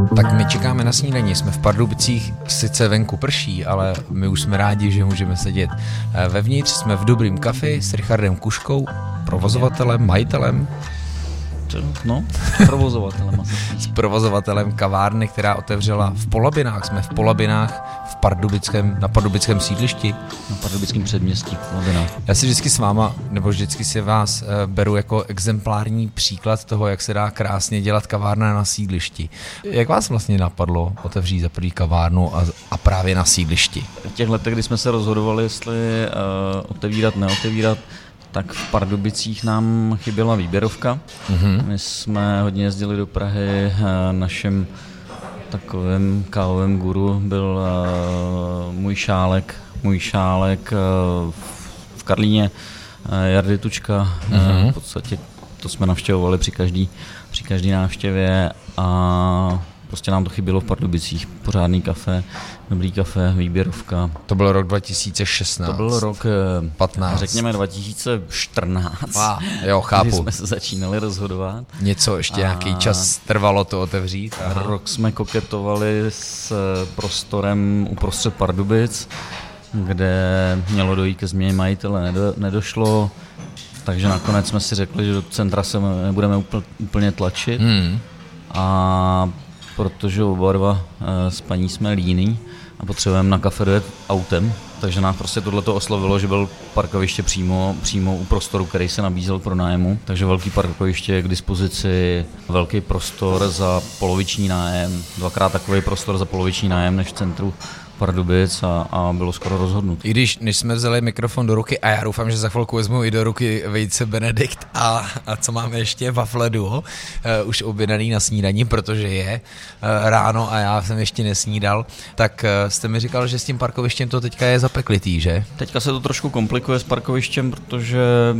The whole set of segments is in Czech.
Tak my čekáme na snídani, jsme v Pardubicích, sice venku prší, ale my už jsme rádi, že můžeme sedět vevnitř. Jsme v dobrým kafi s Richardem Kuškou, provozovatelem, majitelem. No, provozovatelem asi. S provozovatelem kavárny, která otevřela v Polabinách. Jsme v Polabinách, na pardubickém sídlišti. Na pardubickém předměstí v Polabinách. Já si vždycky s váma, nebo vždycky si vás beru jako exemplární příklad toho, jak se dá krásně dělat kavárna na sídlišti. Jak vás vlastně napadlo otevřít za první kavárnu a právě na sídlišti? V těch letech, kdy jsme se rozhodovali, jestli otevírat, neotevírat, tak v Pardubicích nám chyběla výběrovka. Mm-hmm. My jsme hodně jezdili do Prahy, naším takovým kávovým guru byl můj šálek v Karlíně, Jardy Tučka. Mm-hmm. V podstatě to jsme navštěvovali při každé návštěvě a prostě nám to chybělo v Pardubicích. Pořádný kafe, dobrý kafe, výběrovka. To byl rok 2016. To byl rok 15. Řekněme 2014. Jo, chápu. Kdy jsme se začínali rozhodovat. Něco ještě nějaký čas trvalo to otevřít. Aha. Rok jsme koketovali s prostorem uprostřed Pardubic, kde mělo dojít ke změně majitele. Nedošlo, takže nakonec jsme si řekli, že do centra se nebudeme úplně tlačit. A protože oba dva s paní jsme líní a potřebujeme na kafe dojet autem, takže nás prostě tohleto oslovilo, že byl parkoviště přímo u prostoru, který se nabízel pro nájmu, takže velký parkoviště je k dispozici, velký prostor za poloviční nájem, dvakrát takový prostor za poloviční nájem než v centru Pardubic a bylo skoro rozhodnut. I když než jsme vzali mikrofon do ruky, a já doufám, že za chvilku vezmu i do ruky vejce Benedikt a co máme ještě, wafle duo, už objednaný na snídani, protože je ráno a já jsem ještě nesnídal, tak jste mi říkal, že s tím parkovištěm to teďka je zapeklitý, že? Teďka se to trošku komplikuje s parkovištěm, protože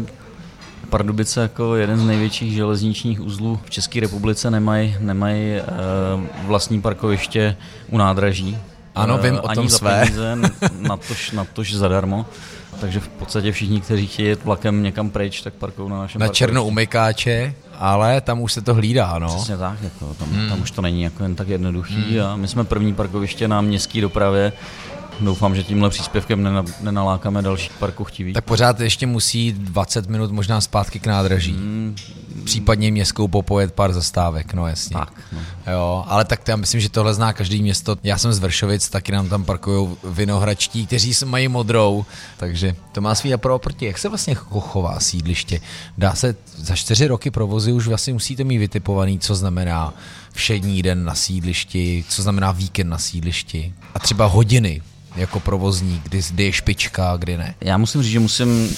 Pardubice jako jeden z největších železničních uzlů v České republice nemají vlastní parkoviště u nádraží. Ano, vím o tom své. Ani za peníze, natož zadarmo. Takže v podstatě všichni, kteří chtějí jet vlakem někam pryč, tak parkují na našem parkovišti. Černou umykáče, ale tam už se to hlídá, no. Přesně tak, jako, tam už to není jako jen tak jednoduchý a my jsme první parkoviště na městské dopravě. Doufám, že tímhle příspěvkem nenalákáme další parkochtiví. Tak pořád ještě musí 20 minut možná zpátky k nádraží. Případně městskou popojet pár zastávek, no jasně. Tak, no. Jo, ale tak já myslím, že tohle zná každý město. Já jsem z Vršovic, taky nám tam parkujou vinohradští, kteří mají modrou, takže to má svý a proti. Jak se vlastně chová sídliště? Dá se za 4 roky provozy už vlastně musíte mít vytipovaný, co znamená všední den na sídlišti, co znamená víkend na sídlišti a třeba hodiny jako provozník, kdy je špička, kdy ne. Já musím říct, že musím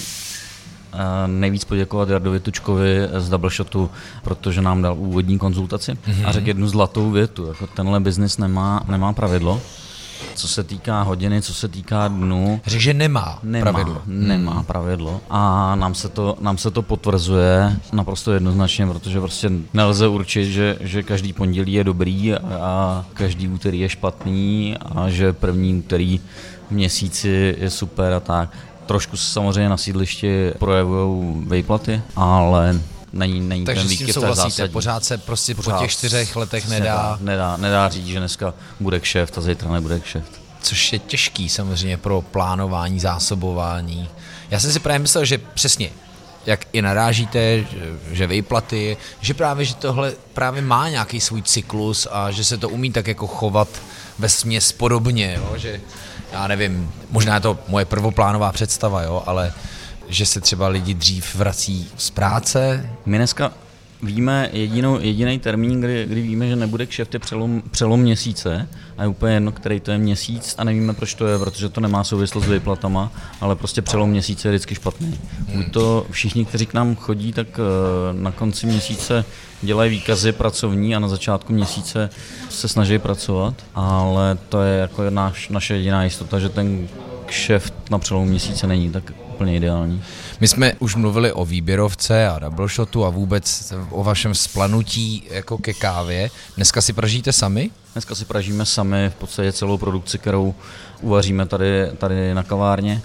nejvíc poděkovat Jardovi Tučkovi z Double Shotu, protože nám dal úvodní konzultaci a řekl jednu zlatou větu, jako tenhle biznis nemá pravidlo, co se týká hodiny, co se týká dnu. Řekl, že nemá pravidlo. Nemá pravidlo a nám se to potvrzuje naprosto jednoznačně, protože prostě nelze určit, že každý pondělí je dobrý a každý úterý je špatný a že první úterý v měsíci je super a tak. Trošku se samozřejmě na sídlišti projevují výplaty, ale není takže ten výkyv tak zásadní. Pořád se prostě po těch 4 letech nedá říct, že dneska bude kšeft a zítra nebude kšeft. Což je těžký samozřejmě pro plánování, zásobování. Já jsem si právě myslel, že přesně, jak i narážíte, že výplaty, že právě, že tohle právě má nějaký svůj cyklus a že se to umí tak jako chovat vesměs podobně, jo? Že já nevím, možná je to moje prvoplánová představa, jo, ale že se třeba lidi dřív vrací z práce. My dneska víme jediný termín, kdy víme, že nebude kšeft, je přelom měsíce a je úplně jedno, který to je měsíc a nevíme, proč to je, protože to nemá souvislost s výplatama, ale prostě přelom měsíce je vždycky špatný. Buď to všichni, kteří k nám chodí, tak na konci měsíce dělají výkazy pracovní a na začátku měsíce se snaží pracovat, ale to je jako naše jediná jistota, že ten kšeft na přelomu měsíce není tak úplně ideální. My jsme už mluvili o výběrovce a double shotu a vůbec o vašem splanutí jako ke kávě. Dneska si pražíte sami? Dneska si pražíme sami v podstatě celou produkci, kterou uvaříme tady na kavárně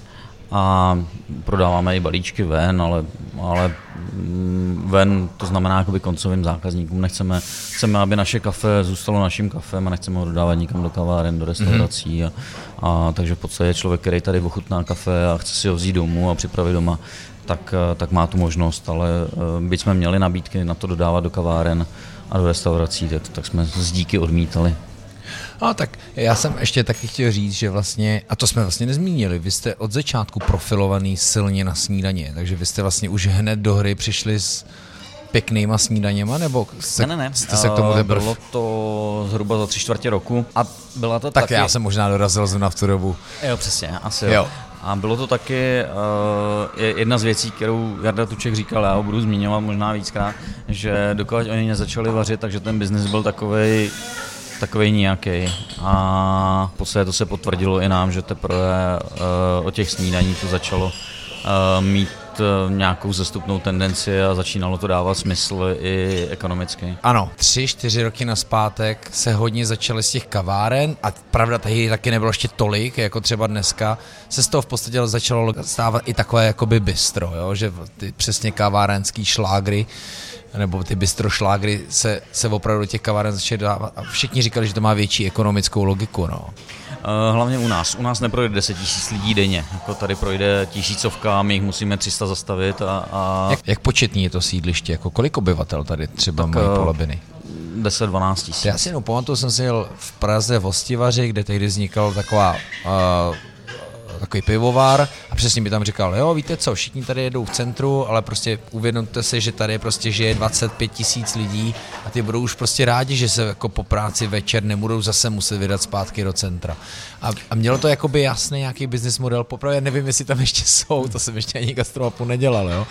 a prodáváme i balíčky ven, ale ven to znamená jakoby koncovým zákazníkům. Chceme, aby naše kafe zůstalo naším kafem a nechceme ho dodávat nikam do kaváren, do restaurací. A takže v podstatě člověk, který tady ochutná kafe a chce si ho vzít domů a připravit doma, tak má tu možnost, ale byť jsme měli nabídky na to dodávat do kaváren a do restaurací, tak jsme z díky odmítali. A tak já jsem ještě taky chtěl říct, že vlastně, a to jsme vlastně nezmínili, vy jste od začátku profilovaný silně na snídaně, takže vy jste vlastně už hned do hry přišli s pěknýma snídaněma, nebo ne. Jste se k tomu teprve... Bylo to zhruba za 3/4 roku a byla to tak taky... já jsem možná dorazil zrovna v tu dobu. Jo, přesně, asi jo. A bylo to taky jedna z věcí, kterou Jarda Tuček říkal, já ho budu zmiňovat možná víckrát, že dokud oni nezačali vařit, takže ten biznis byl takovej nějaký. A v podstatě to se potvrdilo i nám, že teprve od těch snídaní to začalo mít nějakou zestupnou tendenci a začínalo to dávat smysl i ekonomicky. Ano, 3-4 roky nazpátek se hodně začaly z těch kaváren a pravda, tady taky nebylo ještě tolik, jako třeba dneska, se z toho v podstatě začalo stávat i takové jakoby bistro, jo? Že ty přesně kavárenský šlágry nebo ty bistro šlágry se opravdu do těch kaváren začaly dávat a všichni říkali, že to má větší ekonomickou logiku. No. Hlavně u nás. U nás neprojde 10 000 lidí denně. Jako tady projde 1000, my jich musíme 300 zastavit. Jak početní je to sídliště? Jako kolik obyvatel tady třeba mají Polabiny? 10-12 tisíc. Já si jenom pamatuju, jsem si jel v Praze v Hostivaři, kde tehdy vznikal takový pivovar a přesně mi tam říkal, jo, víte co, všichni tady jedou v centru, ale prostě uvědomte si, že tady prostě žije 25 000 lidí a ty budou už prostě rádi, že se jako po práci večer nebudou zase muset vydat zpátky do centra. A mělo to jakoby jasný nějaký business model, popravdě nevím, jestli tam ještě jsou, to jsem ještě ani gastromapu nedělal, jo.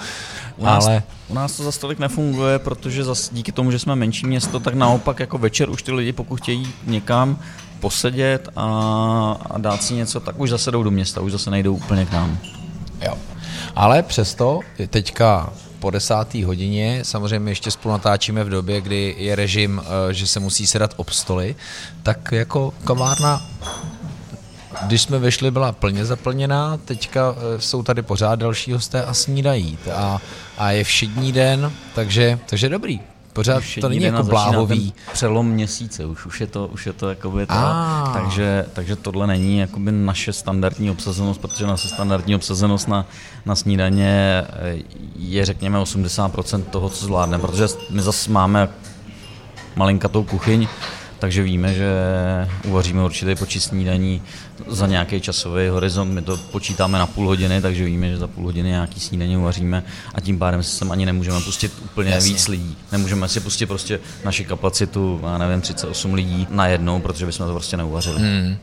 U nás to zase tolik nefunguje, protože zase díky tomu, že jsme menší město, tak naopak jako večer už ty lidi, pokud chtějí někam posedět a dát si něco, tak už zase jdou do města, už zase nejdou úplně k nám. Jo. Ale přesto teďka po 10. hodině, samozřejmě ještě spolu natáčíme v době, kdy je režim, že se musí sedat ob stoly, tak jako kavárna, když jsme vešli, byla plně zaplněná, teďka jsou tady pořád další hosté a snídají a je všední den, takže dobrý. Pořád to není jako bláhový. Přelom měsíce, už je to jakoby to, takže tohle není jakoby naše standardní obsazenost, protože naše standardní obsazenost na snídaně je řekněme 80% toho, co zvládneme, protože my zase máme malinkatou kuchyň, takže víme, že uvaříme určitý počet snídaní za nějaký časový horizont, my to počítáme na půl hodiny, takže víme, že za půl hodiny nějaký snídaně uvaříme a tím pádem si sem ani nemůžeme pustit úplně víc lidí. Nemůžeme si pustit prostě naši kapacitu, já nevím, 38 lidí najednou, protože bychom to prostě neuvařili.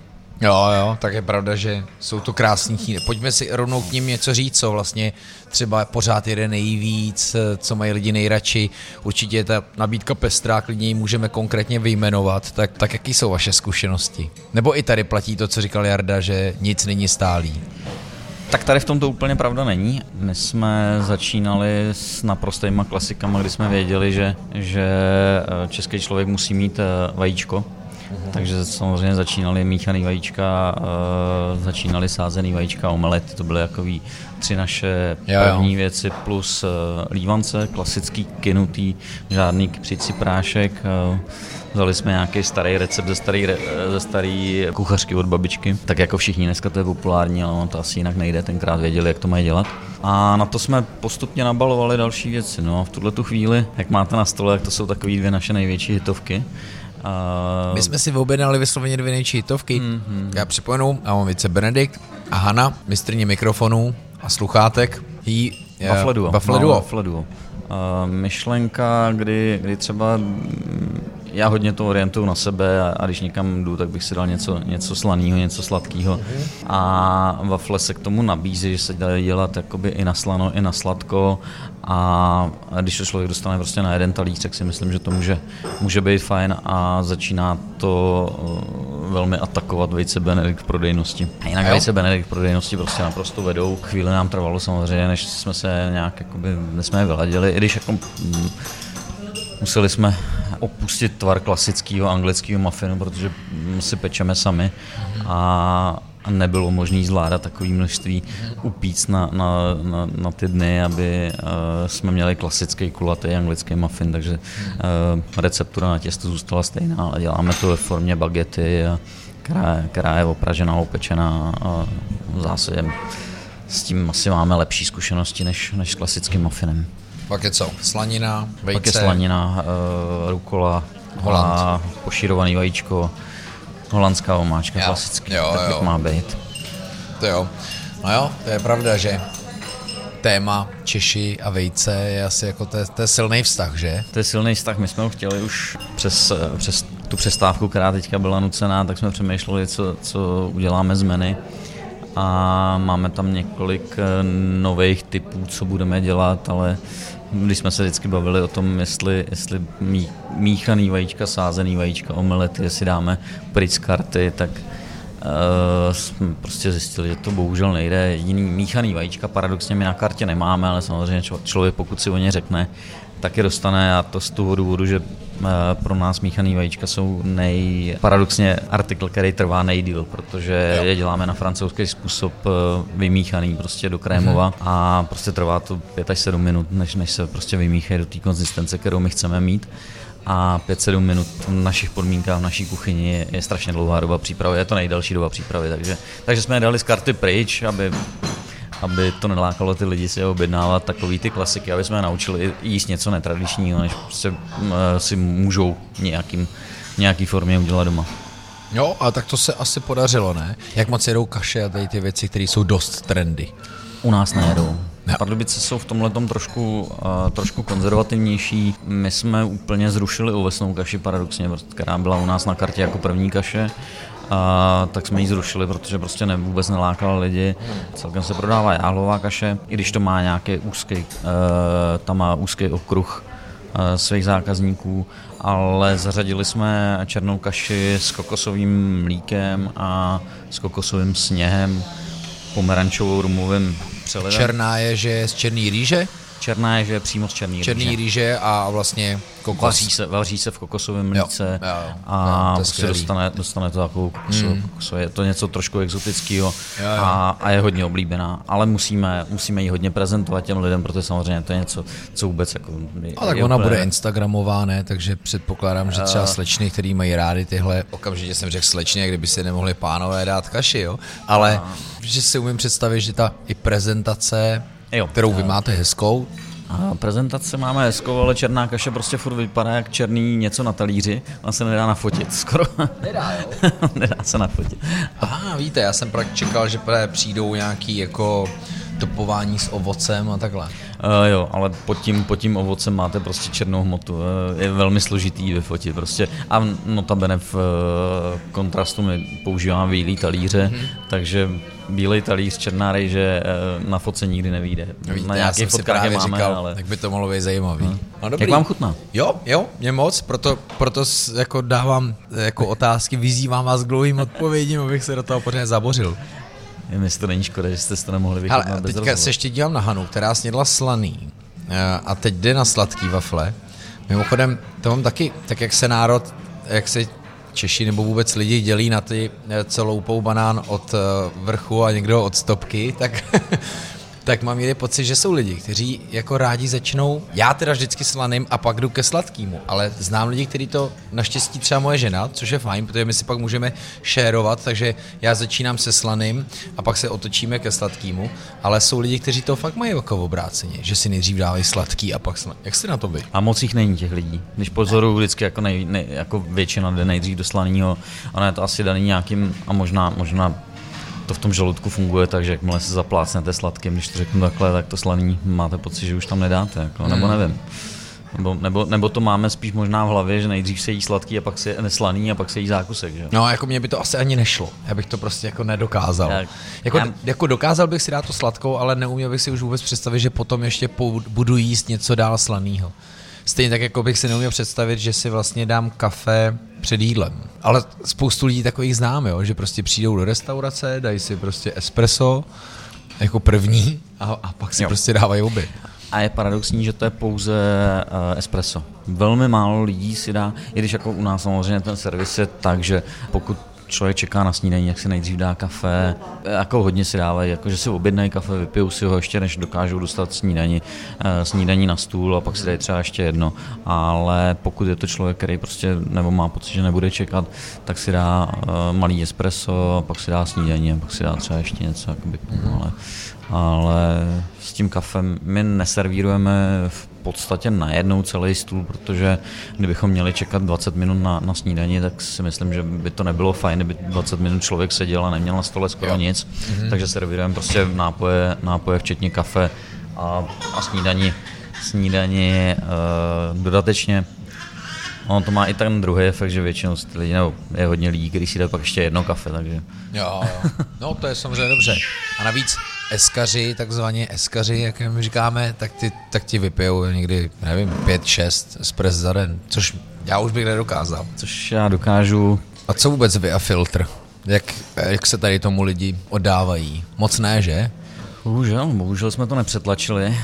Jo, tak je pravda, že jsou to krásný chýny. Pojďme si rovnou k ním něco říct, co vlastně třeba pořád jede nejvíc, co mají lidi nejradši. Určitě je ta nabídka pestrá, klidně ji můžeme konkrétně vyjmenovat. Tak jaký jsou vaše zkušenosti? Nebo i tady platí to, co říkal Jarda, že nic není stálý? Tak tady v tom to úplně pravda není. My jsme začínali s naprostýma klasikama, kdy jsme věděli, že český člověk musí mít vajíčko. Takže samozřejmě začínali míchaný vajíčka, začínali sázený vajíčka, omelety, to byly jakový 3 naše první věci, plus lívance, klasický kynutý, žádný kypřící prášek. Vzali jsme nějaký starý recept ze starý kuchařky od babičky, tak jako všichni dneska to je populární, ale on to asi jinak nejde, tenkrát věděli, jak to mají dělat. A na to jsme postupně nabalovali další věci. No, v tuhletu chvíli, jak máte na stole, jak to jsou takový 2 naše největší hitovky. My jsme si vyobjednali vysloveně 2 největší hitovky. Já připomenu, já mám Vice Benedikt a Hana, mistryně mikrofonů a sluchátek. Buffalo Duo. Myšlenka, kdy třeba já hodně to orientuju na sebe a když někam jdu, tak bych si dal něco slaného, něco sladkého. A wafle se k tomu nabízí, že se dá dělat jakoby i na slano, i na sladko. A když to člověk dostane prostě na jeden talíř, tak si myslím, že to může být fajn a začíná to velmi atakovat Vejce Benedikt v prodejnosti. Jinak Vejce Benedikt v prodejnosti prostě naprosto vedou. Chvíli nám trvalo samozřejmě, než jsme se nějak jakoby, jsme je vyladili, i když jako museli jsme opustit tvar klasického anglického muffinu, protože si pečeme sami a nebylo možné zvládat takové množství upíct na ty dny, aby jsme měli klasický kulatý anglický muffin, takže receptura na těsto zůstala stejná, ale děláme to ve formě bagety, která je opražená, opečená a v zásadě s tím asi máme lepší zkušenosti než s klasickým muffinem. Pak je co? Slanina, vejce? Pak je slanina, rukola, a pošírovaný vajíčko, holandská omáčka, klasicky, tak má být. To jo. No jo, to je pravda, že téma Češi a vejce je asi jako to je silný vztah, že? To je silný vztah, my jsme ho chtěli už přes tu přestávku, která teďka byla nucená, tak jsme přemýšleli, co uděláme z menu. A máme tam několik nových typů, co budeme dělat, ale když jsme se vždycky bavili o tom, jestli míchaný vajíčka, sázený vajíčka, omelety, jestli dáme pryč z karty, tak jsme prostě zjistili, že to bohužel nejde. Jediný míchaný vajíčka paradoxně my na kartě nemáme, ale samozřejmě člověk, pokud si o ně řekne, tak je dostane, a to z toho důvodu, že pro nás míchaný vajíčka jsou paradoxně artikl, který trvá nejdýl, protože je děláme na francouzský způsob vymíchaný prostě do krémova a prostě trvá to 5 až 7 minut, než se prostě vymíchají do té konzistence, kterou my chceme mít. A 5-7 minut v našich podmínkách, v naší kuchyni je strašně dlouhá doba přípravy, je to nejdelší doba přípravy, takže jsme je dali z karty pryč, aby to nelákalo ty lidi si objednávat takový ty klasiky, aby jsme je naučili jíst něco netradičního, než prostě si můžou nějaký formě udělat doma. Jo, a tak to se asi podařilo, ne? Jak moc jedou kaše a tady ty věci, které jsou dost trendy? U nás nejedou. Pardubice jsou v tomhletom trošku konzervativnější. My jsme úplně zrušili ovesnou kaši paradoxně, která byla u nás na kartě jako první kaše. Tak jsme ji zrušili, protože prostě vůbec nelákala lidi. Celkem se prodává jáhlová kaše, i když to má nějaký úzký okruh svých zákazníků, ale zařadili jsme černou kaši s kokosovým mlíkem a s kokosovým sněhem, pomerančovou rumovým přelivem. Černá je, že je z černý rýže? Černá je, že je přímo z černý rýže a vlastně kokos. Vaří se v kokosovém mlíce a prostě dostane to takovou kokosovou. Je to něco trošku exotického a je hodně oblíbená, ale musíme ji hodně prezentovat těm lidem, protože samozřejmě to je něco, co vůbec jako... A tak ona bude instagramová, ne? Takže předpokládám, že třeba slečny, který mají rády tyhle, okamžitě jsem řekl slečny, kdyby si nemohli pánové dát kaši, jo? Ale že si umím představit, že ta i prezentace, kterou vy máte hezkou. A prezentace máme hezkou, ale černá kaše prostě furt vypadá jak černý něco na talíři. Ona se nedá nafotit skoro. Nedá, jo? Nedá se nafotit. Víte, já jsem čekal, že přijdou nějaký jako topování s ovocem a takhle. Jo, ale pod tím ovocem máte prostě černou hmotu. Je velmi složitý vyfotit prostě. A notabene v kontrastu my používáme bílý talíře, takže bílej talíř, černá rejže na fotce nikdy nevyjde. Víte, na nějakých fotkách je máme, říkal, ale... tak by to mohlo být zajímavý. No, jak vám chutná? Jo, mě moc, proto jako dávám jako otázky, vyzývám vás k dlouhým odpovědím, abych se do toho pořádně zabořil. Jestli to není škoda, že jste to nemohli vychutnat bez rozhovoru. Teďka se ještě dívám na Hanu, která snědla slaný a teď jde na sladký wafle. Mimochodem, to mám taky, tak jak se Češi nebo vůbec lidi dělí na ty, co loupou banán od vrchu a někdo od stopky, tak mám někdy pocit, že jsou lidi, kteří jako rádi začnou, já teda vždycky slaným a pak jdu ke sladkému, ale znám lidi, kteří to naštěstí třeba moje žena, což je fajn, protože my si pak můžeme šérovat, takže já začínám se slaným a pak se otočíme ke sladkému, ale jsou lidi, kteří to fakt mají jako obráceně, že si nejdřív dávají sladký a pak sladký. Jak jste na to vy? A moc jich není těch lidí. Když pozoruju vždycky jako většina jde nejdřív do slaného, ono je to asi daný nějakým a možná to v tom žaludku funguje tak, že jakmile se zaplácnete sladkým, když to řeknu takhle, tak to slaný máte pocit, že už tam nedáte, jako, nebo nevím. Nebo to máme spíš možná v hlavě, že nejdřív se jí sladký a pak se neslaný a pak se jí zákusek, že? No, jako mě by to asi ani nešlo, já bych to prostě jako nedokázal. Jako dokázal bych si dát to sladkou, ale neuměl bych si už vůbec představit, že potom ještě budu jíst něco dál slanýho. Stejně tak, jako bych si neuměl představit, že si vlastně dám kafe před jídlem. Ale spoustu lidí takových znám, jo? Že prostě přijdou do restaurace, dají si prostě espresso jako první a pak si prostě dávají obě. A je paradoxní, že to je pouze espresso. Velmi málo lidí si dá, i když jako u nás samozřejmě ten servis je tak, že pokud člověk čeká na snídaní, jak si nejdřív dá kafe, jako hodně si dávají, jako že si objednají kafe, vypijou si ho ještě, než dokážou dostat snídaní na stůl a pak si dají třeba ještě jedno, ale pokud je to člověk, který prostě nebo má pocit, že nebude čekat, tak si dá malý espresso, pak si dá snídaní a pak si dá třeba ještě něco, jakoby, ale s tím kafem my neservírujeme v podstatě najednou celý stůl, protože kdybychom měli čekat 20 minut na snídani, tak si myslím, že by to nebylo fajn, kdyby 20 minut člověk seděl a neměl na stole skoro nic, takže servírujeme prostě nápoje včetně kafe a snídani dodatečně. Ono to má i ten druhý efekt, že většinou lidi, nebo je hodně lidí, kteří si dají pak ještě jedno kafe, takže... Jo. No to je samozřejmě dobře. A navíc takzvaně eskaři, jak my říkáme, tak ti vypijou někdy, nevím, 5-6 espres za den, což já už bych nedokázal. Což já dokážu. A co vůbec vy a filtr? Jak se tady tomu lidi oddávají? Moc ne, že? Bohužel jsme to nepřetlačili.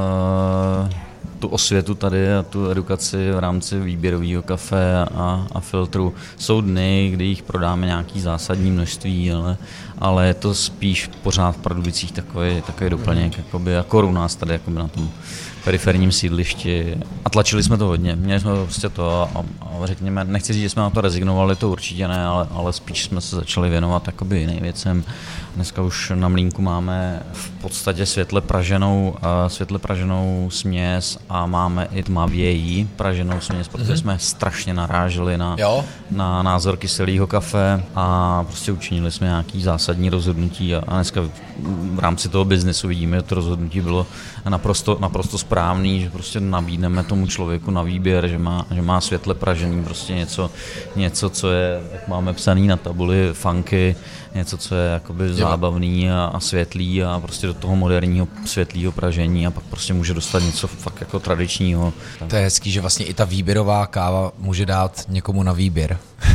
Tu osvětu tady a tu edukaci v rámci výběrového kafe a filtru. Jsou dny, kdy jich prodáme nějaký zásadní množství, ale je to spíš pořád v Pardubicích takový doplněk, jako u nás tady na tom periferním sídlišti. A tlačili jsme to hodně. Měli jsme prostě to a řekněme, nechci říct, že jsme na to rezignovali, to určitě ne, ale spíš jsme se začali věnovat jiným věcem. Dneska už na mlýnku máme v podstatě světle praženou směs a máme i tmavěji praženou směs, protože jsme strašně naráželi na názor kyselého kafe a prostě učinili jsme nějaký zásadní rozhodnutí a dneska v rámci toho biznesu vidíme, že to rozhodnutí bylo naprosto správný, že prostě nabídneme tomu člověku na výběr, že má světle pražený prostě něco, co je, jak máme psaný na tabuli, funky, něco, co je jakoby zábavný a světlý a prostě do toho moderního světlého pražení a pak prostě může dostat něco fakt jako tradičního. To je hezký, že vlastně i ta výběrová káva může dát někomu na výběr.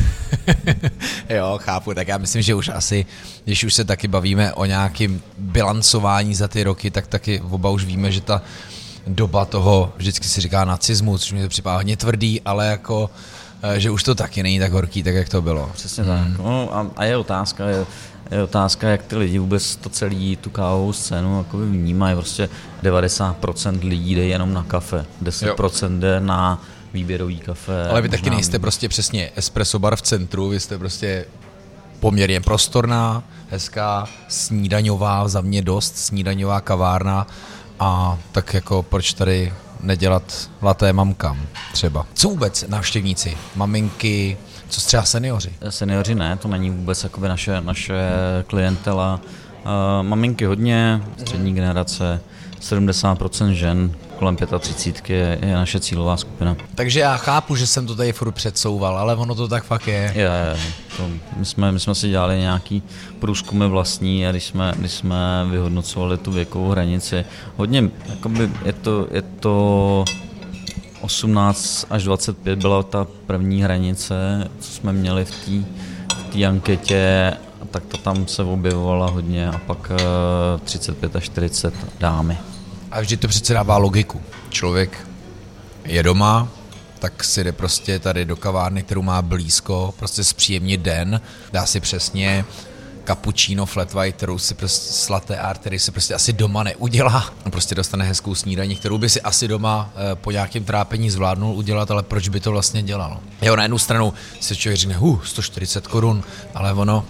Jo, chápu, tak já myslím, že už asi, když už se taky bavíme o nějakém bilancování za ty roky, tak taky oba už víme, že ta doba toho, vždycky si říká nacismu, což mi to připadá hodně tvrdý, ale jako že už to taky není tak horký, tak jak to bylo. Přesně tak. No, a je otázka, jak ty lidi vůbec to celý, tu kávovou scénu jakoby vnímají. Prostě 90% lidí jde jenom na kafe, 10% jde na výběrový kafe. Ale vy taky nejste prostě přesně espresso bar v centru, vy jste prostě poměrně prostorná, hezká, snídaňová, za mě dost snídaňová kavárna a tak jako proč tady nedělat laté mamkám třeba. Co vůbec návštěvníci, maminky, co třeba seniori? Seniori ne, to není vůbec jakoby naše klientela. Maminky hodně, střední generace, 70% žen, kolem 35 je naše cílová skupina. Takže já chápu, že jsem to tady furt předsouval, ale ono to tak fakt je. Je. My jsme si dělali nějaký průzkumy vlastní a když jsme vyhodnocovali tu věkovou hranici, hodně, jakoby je to 18 až 25 byla ta první hranice, co jsme měli v té anketě, tak to tam se objevovala hodně a pak 35 až 40 dámy. A vždy to přece dává logiku. Člověk je doma, tak si jde prostě tady do kavárny, kterou má blízko, prostě zpříjemnit den, dá si přesně cappuccino flat white, kterou si prostě s latte art, který si prostě asi doma neudělá. Prostě dostane hezkou snídaní, kterou by si asi doma po nějakém trápení zvládnul udělat, ale proč by to vlastně dělal? Jo, na jednu stranu si člověk řekne, 140 korun, ale ono...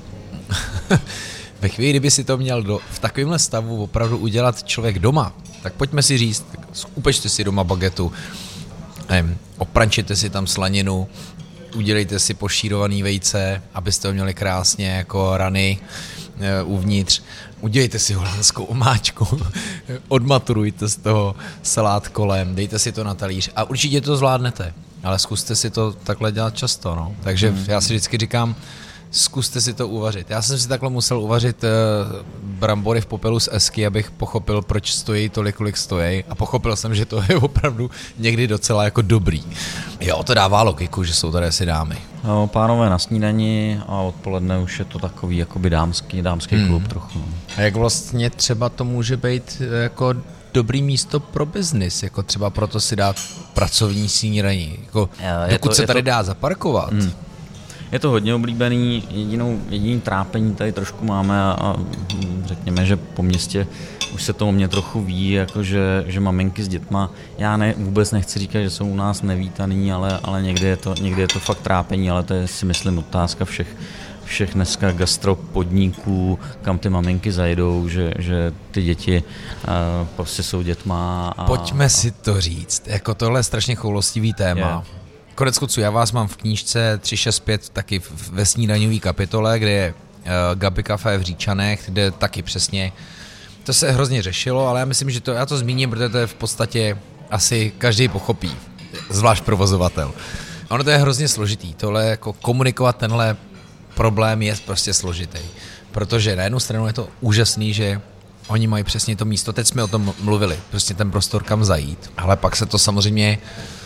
Ve chvíli, kdyby si to měl v takovémhle stavu opravdu udělat člověk doma, tak pojďme si říct, upečte si doma bagetu, oprančete si tam slaninu, udělejte si pošírovaný vejce, abyste ho měli krásně jako rany uvnitř, udělejte si holandskou omáčku, odmaturujte z toho salát kolem, dejte si to na talíř a určitě to zvládnete, ale zkuste si to takhle dělat často, no. Takže já si vždycky říkám, zkuste si to uvařit. Já jsem si takhle musel uvařit brambory v popelu z esky, abych pochopil, proč stojí tolik, kolik stojí a pochopil jsem, že to je opravdu někdy docela jako dobrý. Jo, to dává logiku, že jsou tady asi dámy. No, pánové na snídani a odpoledne už je to takový jakoby dámský klub trochu. A jak vlastně třeba to může být jako dobrý místo pro biznis, jako třeba proto si dát pracovní snídaní, jako dokud se tady dá zaparkovat. Je to hodně oblíbený, jediný trápení tady trošku máme a řekněme, že po městě už se to o mě trochu ví, jako že maminky s dětma, vůbec nechci říkat, že jsou u nás nevítaný, ale někdy je to fakt trápení, ale to je si myslím otázka všech dneska gastropodniků, kam ty maminky zajdou, že ty děti prostě jsou dětma. Pojďme si to říct, jako tohle je strašně choulostivý téma. Koneckonců já vás mám v knížce 365 taky ve snídaňové kapitole, kde je Gabi Café v Říčanech, kde taky přesně to se hrozně řešilo, ale já myslím, že já to zmíním, protože to je v podstatě asi každý pochopí, zvlášť provozovatel. Ono to je hrozně složitý, tohle jako komunikovat tenhle problém je prostě složitý, protože na jednu stranu je to úžasný, že oni mají přesně to místo, teď jsme o tom mluvili, prostě ten prostor kam zajít, ale pak se to samozřejmě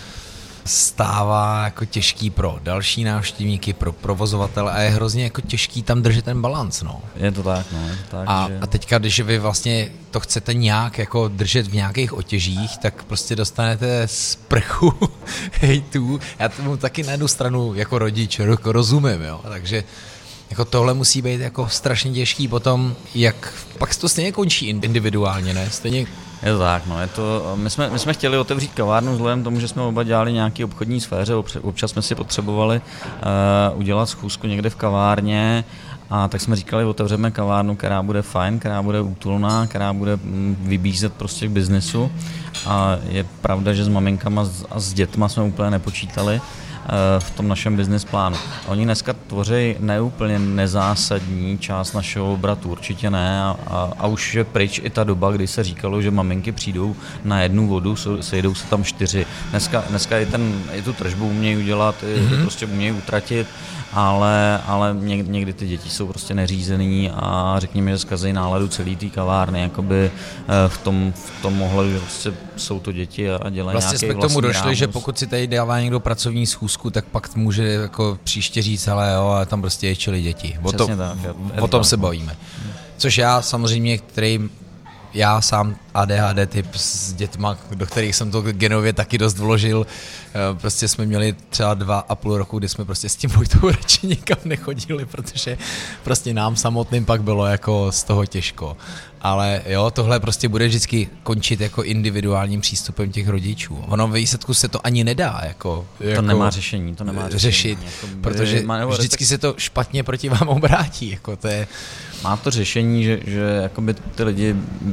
stává jako těžký pro další návštěvníky, pro provozovatele a je hrozně jako těžký tam držet ten balanc, no. Je to tak. A teďka, když vy vlastně to chcete nějak jako držet v nějakých otěžích, tak prostě dostanete sprchu hejtů. Já tomu taky na jednu stranu jako rodič rozumím, jo, takže jako tohle musí být jako strašně těžký potom, jak pak to stejně končí individuálně, ne? Stejně. Je to tak, no, my jsme chtěli otevřít kavárnu vzhledem tomu, že jsme oba dělali nějaké obchodní sféře, občas jsme si potřebovali udělat schůzku někde v kavárně a tak jsme říkali, otevřeme kavárnu, která bude fajn, která bude útulná, která bude vybízet prostě k biznesu a je pravda, že s maminkama a s dětma jsme úplně nepočítali v tom našem business plánu. Oni dneska tvoří neúplně nezásadní část našeho obratu, určitě ne a už je pryč i ta doba, kdy se říkalo, že maminky přijdou na jednu vodu, sejdou se tam 4. Dneska i tu tržbu umějí udělat, prostě umějí utratit, ale někdy ty děti jsou prostě neřízený a řekněme, že zkazejí náladu celý té kavárny, jakoby v tom ohledu, že prostě jsou to děti a dělají vlastně nějaký jsme k tomu došli, rámus. že pokud si tady dává někdo pracovní schůzku, tak pak může jako příště říct, ale jo, ale tam prostě ječili děti. O tom se bavíme. Což já samozřejmě, já sám ADHD typ s dětma, do kterých jsem to genově taky dost vložil, prostě jsme měli třeba 2,5 roku, kdy jsme prostě s tím Vojtou radši nikam nechodili, protože prostě nám samotným pak bylo jako z toho těžko. Ale jo, tohle prostě bude vždycky končit jako individuálním přístupem těch rodičů. Ono ve výsledku se to ani nedá jako to nemá řešení, řešit, protože vždycky se to špatně proti vám obrátí. Jako to je. Má to řešení, že jakoby ty lidi,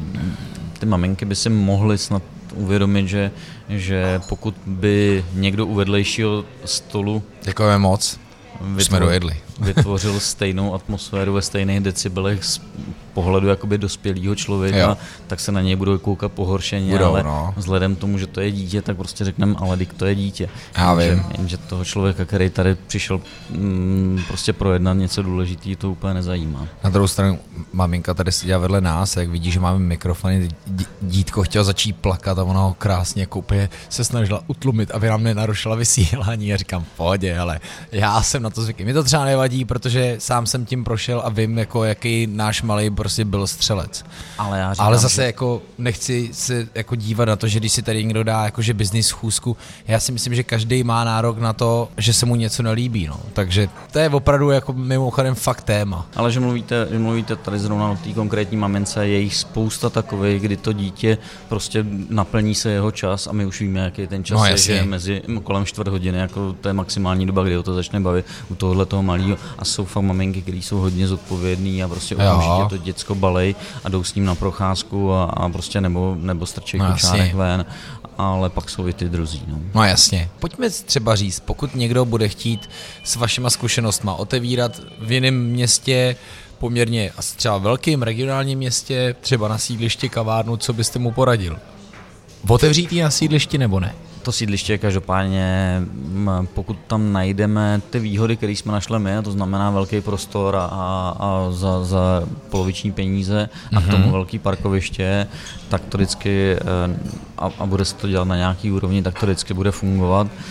ty maminky by si mohly snad uvědomit, že pokud by někdo u vedlejšího stolu děkujeme moc, jsme dojedli. Vytvořil stejnou atmosféru ve stejných decibelech z pohledu jakoby dospělého člověka, tak se na něj budou koukat pohoršeně, ale vzhledem tomu, že to je dítě, tak prostě řekneme, ale to je dítě. Jenže toho člověka, který tady přišel prostě projednat něco důležitého, to úplně nezajímá. Na druhou stranu maminka tady seděla vedle nás, jak vidí, že máme mikrofony, dítko chtělo začít plakat a ona ho krásně jako úplně se snažila utlumit, aby nám nenarušila vysílání. Já říkám, pohodě, ale já jsem na to zvyklý. Mi to třeba nevadí, protože sám jsem tím prošel a vím, jako jaký náš malej prostě byl střelec. Ale zase jako nechci se jako dívat na to, že když si tady někdo dá jakože business schůzku, já si myslím, že každý má nárok na to, že se mu něco nelíbí, no. Takže to je opravdu jako mimochodem fakt téma. Ale že mluvíte tady zrovna o té konkrétní mamince, je jich spousta takových, kdy to dítě prostě naplní se jeho čas a my už víme, jaký ten čas je, že je mezi kolem 4 hodiny, jako to je maximální doba, kdy ho to začne bavit u tohohle toho malého a jsou fakt maminky, které jsou hodně zodpovědný a prostě okamžitě to děcko balej a jdou s ním na procházku a prostě nebo strčí kočárek ven, ale pak jsou i ty druzí. No jasně. Pojďme třeba říct, pokud někdo bude chtít s vašima zkušenostma otevírat v jiném městě, poměrně třeba velkým regionálním městě, třeba na sídlišti kavárnu, co byste mu poradil? Otevřít ji na sídlišti nebo ne? To sídliště každopádně, pokud tam najdeme ty výhody, které jsme našli my, to znamená velký prostor a za poloviční peníze a k tomu velký parkoviště, tak to vždycky, a bude se to dělat na nějaký úrovni, tak to vždycky bude fungovat.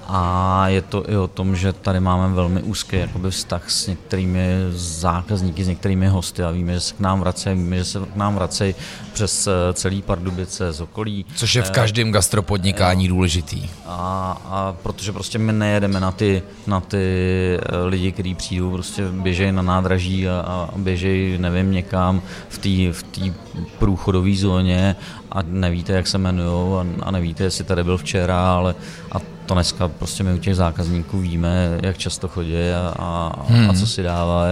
A je to i o tom, že tady máme velmi úzký jakoby vztah s některými zákazníky, s některými hosty a víme, že se k nám vracejí přes celý Pardubice z okolí. Což je v každém gastropodnikání důležitý. A protože prostě my nejedeme na ty lidi, kteří přijdou, prostě běžejí na nádraží a běžejí, nevím, někam v té průchodové zóně a nevíte, jak se jmenujou a nevíte, jestli tady byl včera, ale to dneska prostě my u těch zákazníků víme, jak často chodí a co si dávají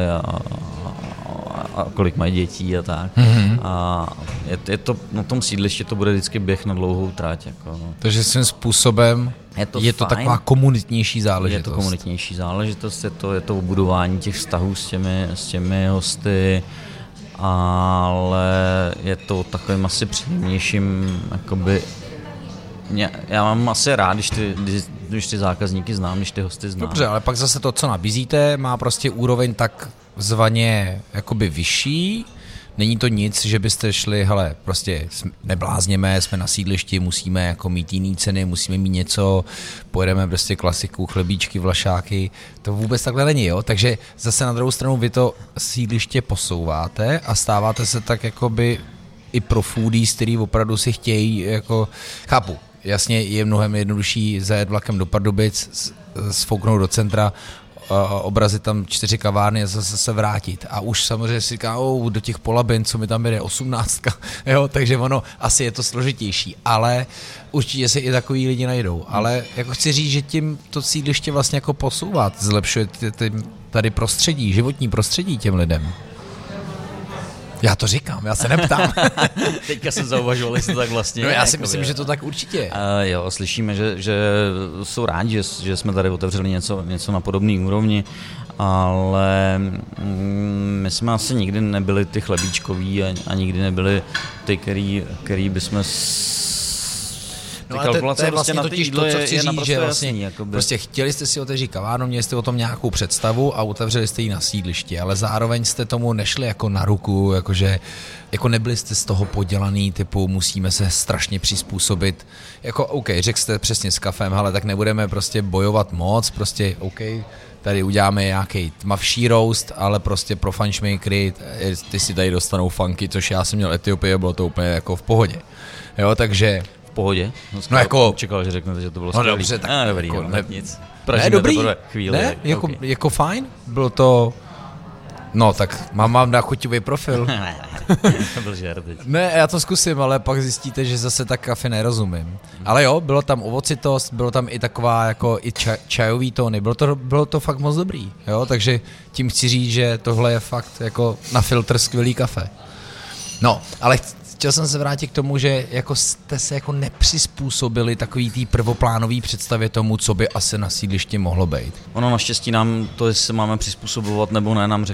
a kolik mají dětí a tak. A je to, na tom sídlišti to bude vždycky běh na dlouhou trať. Jako, no. Takže svým způsobem je to taková komunitnější záležitost. Je to komunitnější záležitost, je to budování těch vztahů s těmi hosty, ale je to takovým asi příjemnějším, jakoby, já mám asi rád, když ty zákazníky znám, když ty hosty znám. Dobře, ale pak zase to, co nabízíte, má prostě úroveň takzvaně jakoby vyšší. Není to nic, že byste šli, hele, prostě neblázněme, jsme na sídlišti, musíme jako mít jiný ceny, musíme mít něco, pojedeme prostě klasiku, chlebíčky, vlašáky, to vůbec takhle není, jo? Takže zase na druhou stranu vy to sídliště posouváte a stáváte se tak jakoby i pro foodies, který opravdu si chtějí, jako, chápu, jasně je mnohem jednodušší zajet vlakem do Pardubic, sfouknout do centra, obrazit tam 4 kavárny a zase se vrátit. A už samozřejmě si říká, do těch Polabin, co mi tam jde 18, jo, takže ono asi je to složitější, ale určitě si i takový lidi najdou. Ale jako chci říct, že tím to sídliště vlastně jako posouvat, zlepšuje tady prostředí, životní prostředí těm lidem. Já to říkám, já se neptám. Teďka jsem zauvažoval, jestli to tak vlastně. No já si myslím, že to tak určitě je. Jo, slyšíme, že jsou rádi, že jsme tady otevřeli něco na podobné úrovni, ale my jsme asi nikdy nebyli ty chlebíčkoví a nikdy nebyli ty, který bychom No ale to je vlastně totiž to, co chci říct, že vlastně prostě chtěli jste si otevřít kavárnu, měli jste o tom nějakou představu a otevřeli jste ji na sídlišti, ale zároveň jste tomu nešli jako na ruku, jakože jako nebyli jste z toho podělaný, typu musíme se strašně přizpůsobit, jako OK, řekl jste přesně s kafem, hele, tak nebudeme prostě bojovat moc, prostě OK, tady uděláme nějaký tmavší roast, ale prostě pro funchmakery, ty si tady dostanou funky, což já jsem měl Etiopii, bylo to úplně jako v pohodě, jo, takže pohodě. No jako čekal, že řeknete, že to bylo skvělý. No dobře, tak dobrý, jako, nic. Ne, dobrý. Chvíli, ne, jako fajn. Bylo to. No tak mám na chuťový profil. To byl žert teď. Ne, já to zkusím, ale pak zjistíte, že zase tak kafe nerozumím. Ale jo, bylo tam ovocitost, bylo tam i taková jako i čajový tóny. Bylo to fakt moc dobrý, jo, takže tím chci říct, že tohle je fakt jako na filtr skvělý kafe. No, ale chtěl jsem se vrátit k tomu, že jako jste se jako nepřizpůsobili takový tý prvoplánový představě tomu, co by asi na sídlišti mohlo být. Ono naštěstí nám to, jestli se máme přizpůsobovat nebo ne, nám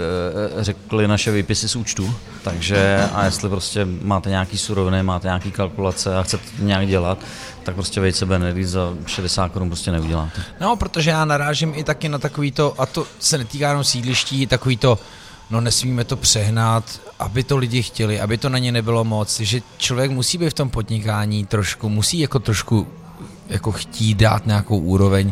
řekli naše výpisy z účtu, takže a jestli prostě máte nějaký suroviny, máte nějaký kalkulace a chcete to nějak dělat, tak prostě vejce Benedikt za 60 Kč prostě neuděláte. No, protože já narážím i taky na takový to, a to se netýká jenom sídliští, takový to, no nesmíme to přehnat, aby to lidi chtěli, aby to na ně nebylo moc, že člověk musí být v tom podnikání musí jako trošku jako chtít dát nějakou úroveň,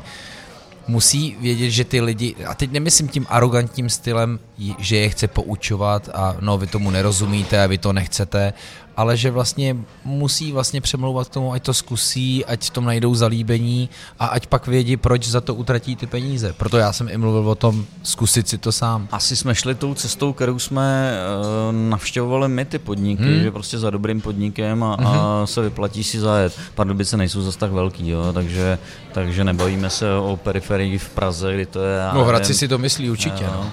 musí vědět, že ty lidi, a teď nemyslím tím arrogantním stylem, že je chce poučovat a no vy tomu nerozumíte a vy to nechcete, ale že vlastně musí vlastně přemlouvat k tomu, ať to zkusí, ať v tom najdou zalíbení a ať pak vědí, proč za to utratí ty peníze. Proto já jsem i mluvil o tom, zkusit si to sám. Asi jsme šli tou cestou, kterou jsme navštěvovali my ty podniky, že prostě za dobrým podnikem a se vyplatí si zajet. Pardubice nejsou zase tak velký, jo, takže nebavíme se o periferii v Praze, kdy to je... No Hradci si to myslí určitě, no.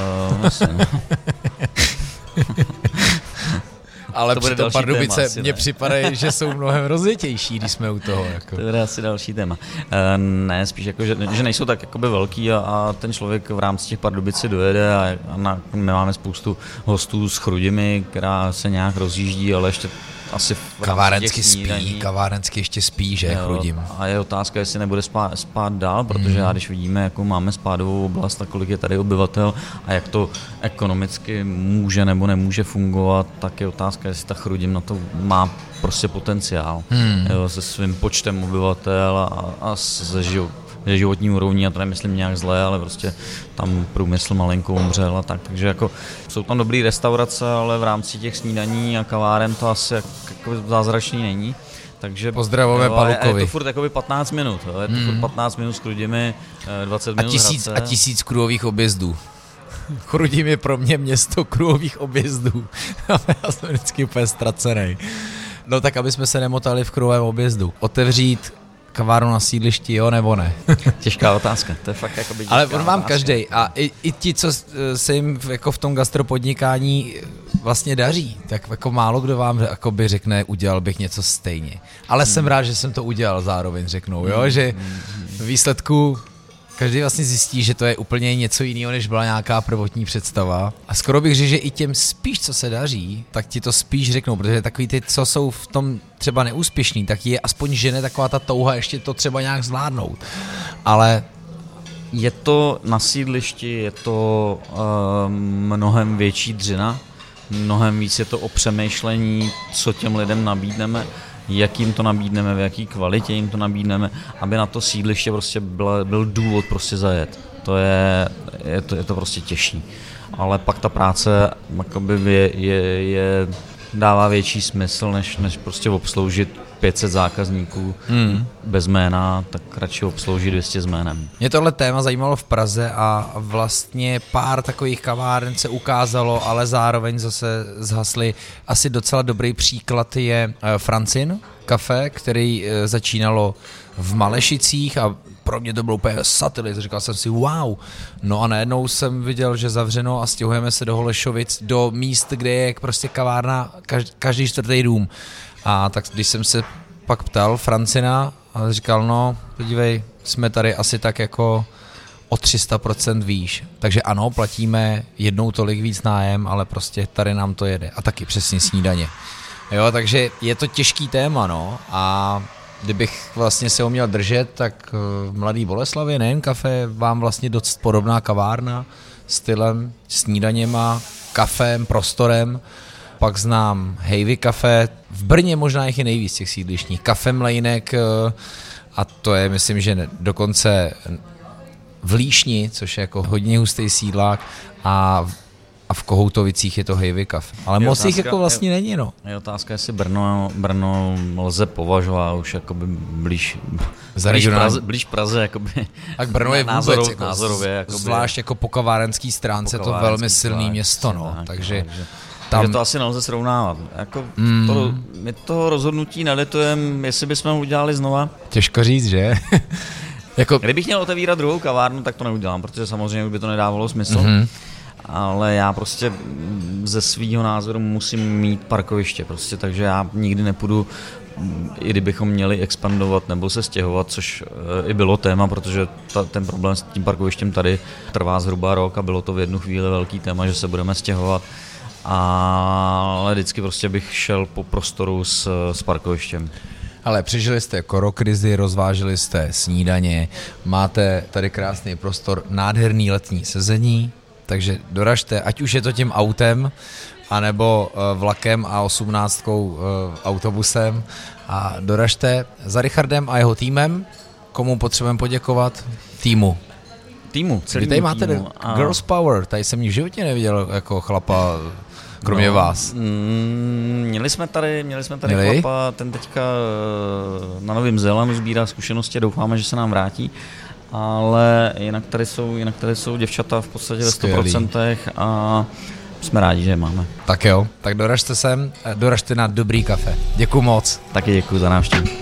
Ale přitom Pardubice mně připadají, že jsou mnohem rozjetější, když jsme u toho. Jako. To je asi další téma. Ne, spíš jako, že nejsou tak jakoby velký a ten člověk v rámci těch Pardubici dojede a my máme spoustu hostů s Chrudimi, která se nějak rozjíždí, ale ještě asi kavárensky ještě spí, že Chrudim. A je otázka, jestli nebude spát dál, protože já když vidíme, jakou máme spádovou oblast a kolik je tady obyvatel a jak to ekonomicky může nebo nemůže fungovat, tak je otázka, jestli ta Chrudim na to má prostě potenciál. Jo, se svým počtem obyvatel a se životní úrovní, a to nemyslím nějak zlé, ale prostě tam průmysl malinko umřel a tak, takže jako jsou tam dobrý restaurace, ale v rámci těch snídaní a kaváren to asi jako zázračný není. Takže pozdravujeme Palukovi. Je to furt jakoby 15 minut, je to furt 15 minut s Chrudimi, 20 minut Hradce. A 1000 kruhových objezdů. Chrudim je pro mě město kruhových objezdů. Já jsem vždycky úplně ztracený. No tak, aby jsme se nemotali v kruhovém objezdu. Otevřít kavárnu na sídlišti, jo nebo ne? Těžká otázka, to je fakt jakoby těžká. Ale on vám každej a i ti, co se jim jako v tom gastropodnikání vlastně daří, tak jako málo kdo vám jakoby řekne, udělal bych něco stejně. Ale jsem rád, že jsem to udělal, zároveň řeknou, jo, že v výsledku každý vlastně zjistí, že to je úplně něco jiného, než byla nějaká prvotní představa. A skoro bych řekl, že i těm spíš, co se daří, tak ti to spíš řeknou, protože takový ty, co jsou v tom třeba neúspěšný, tak je aspoň žene taková ta touha ještě to třeba nějak zvládnout. Ale je to na sídlišti, je to mnohem větší dřina, mnohem víc je to o přemýšlení, co těm lidem nabídneme, jak jim to nabídneme, v jaký kvalitě jim to nabídneme, aby na to sídliště prostě byl důvod prostě zajet. Je to prostě těžší. Ale pak ta práce je dává větší smysl, než prostě obsloužit 500 zákazníků bez jména, tak radši obsloužit 200 s jménem. Mě tohle téma zajímalo v Praze a vlastně pár takových kaváren se ukázalo, ale zároveň zase zhasly. Asi docela dobrý příklad je Francin kafe, který začínalo v Malešicích a pro mě to bylo úplně satelit, říkal jsem si wow. No a najednou jsem viděl, že zavřeno a stěhujeme se do Holešovic, do míst, kde je prostě kavárna každý čtvrtý dům. A tak když jsem se pak ptal Francina a říkal, no podívej, jsme tady asi tak jako o 300% výš. Takže ano, platíme jednou tolik víc nájem, ale prostě tady nám to jede. A taky přesně snídaně. Jo, takže je to těžký téma, no. A kdybych vlastně se ho měl držet, tak v Mladý Boleslavi, nejen kafe, vám vlastně dost podobná kavárna, stylem, snídaněma, kafem, prostorem. Pak znám Hejvy kafe, v Brně možná jich je nejvíc těch sídlištních, Kafe Mlejnek a to je, myslím, že dokonce v Líšni, což je jako hodně hustý sídlák a v Kohoutovicích je to Hejvy kafe. Ale moc jich jako vlastně není, no. Je otázka, jestli Brno lze považovat už jakoby blíž Praze, jakoby. Tak Brno je vůbec jako názorově, jakoby, zvlášť jako po kavárenský stránce je to velmi silný město, no. Takže tam to asi nelze srovnávat. Jako my toho rozhodnutí nelitujeme, jestli bychom ho udělali znova. Těžko říct, že? Jako... Kdybych měl otevírat druhou kavárnu, tak to neudělám, protože samozřejmě by to nedávalo smysl. Ale já prostě ze svýho názoru musím mít parkoviště, prostě, takže já nikdy nepůjdu, i kdybychom měli expandovat nebo se stěhovat, což i bylo téma, protože ten problém s tím parkovištěm tady trvá zhruba rok a bylo to v jednu chvíli velký téma, že se budeme stěhovat. Ale vždycky prostě bych šel po prostoru s parkovištěm. Ale přežili jste korokrizi, rozvážili jste snídaně, máte tady krásný prostor, nádherný letní sezení, takže doražte, ať už je to tím autem, anebo vlakem a 18 autobusem a doražte za Richardem a jeho týmem, komu potřebujeme poděkovat? Týmu, celý tady máte týmu. Girls Power, tady jsem v životě neviděl jako chlapa, kromě vás. Měli jsme tady chlapa, ten teďka na Novém Zélandu sbírá zkušenosti, doufáme, že se nám vrátí, ale jinak tady jsou děvčata v podstatě ve 100% a jsme rádi, že je máme. Tak jo, tak doražte sem, doražte na Dobrý kafe. Děkuju moc. Taky děkuju za návštěvu.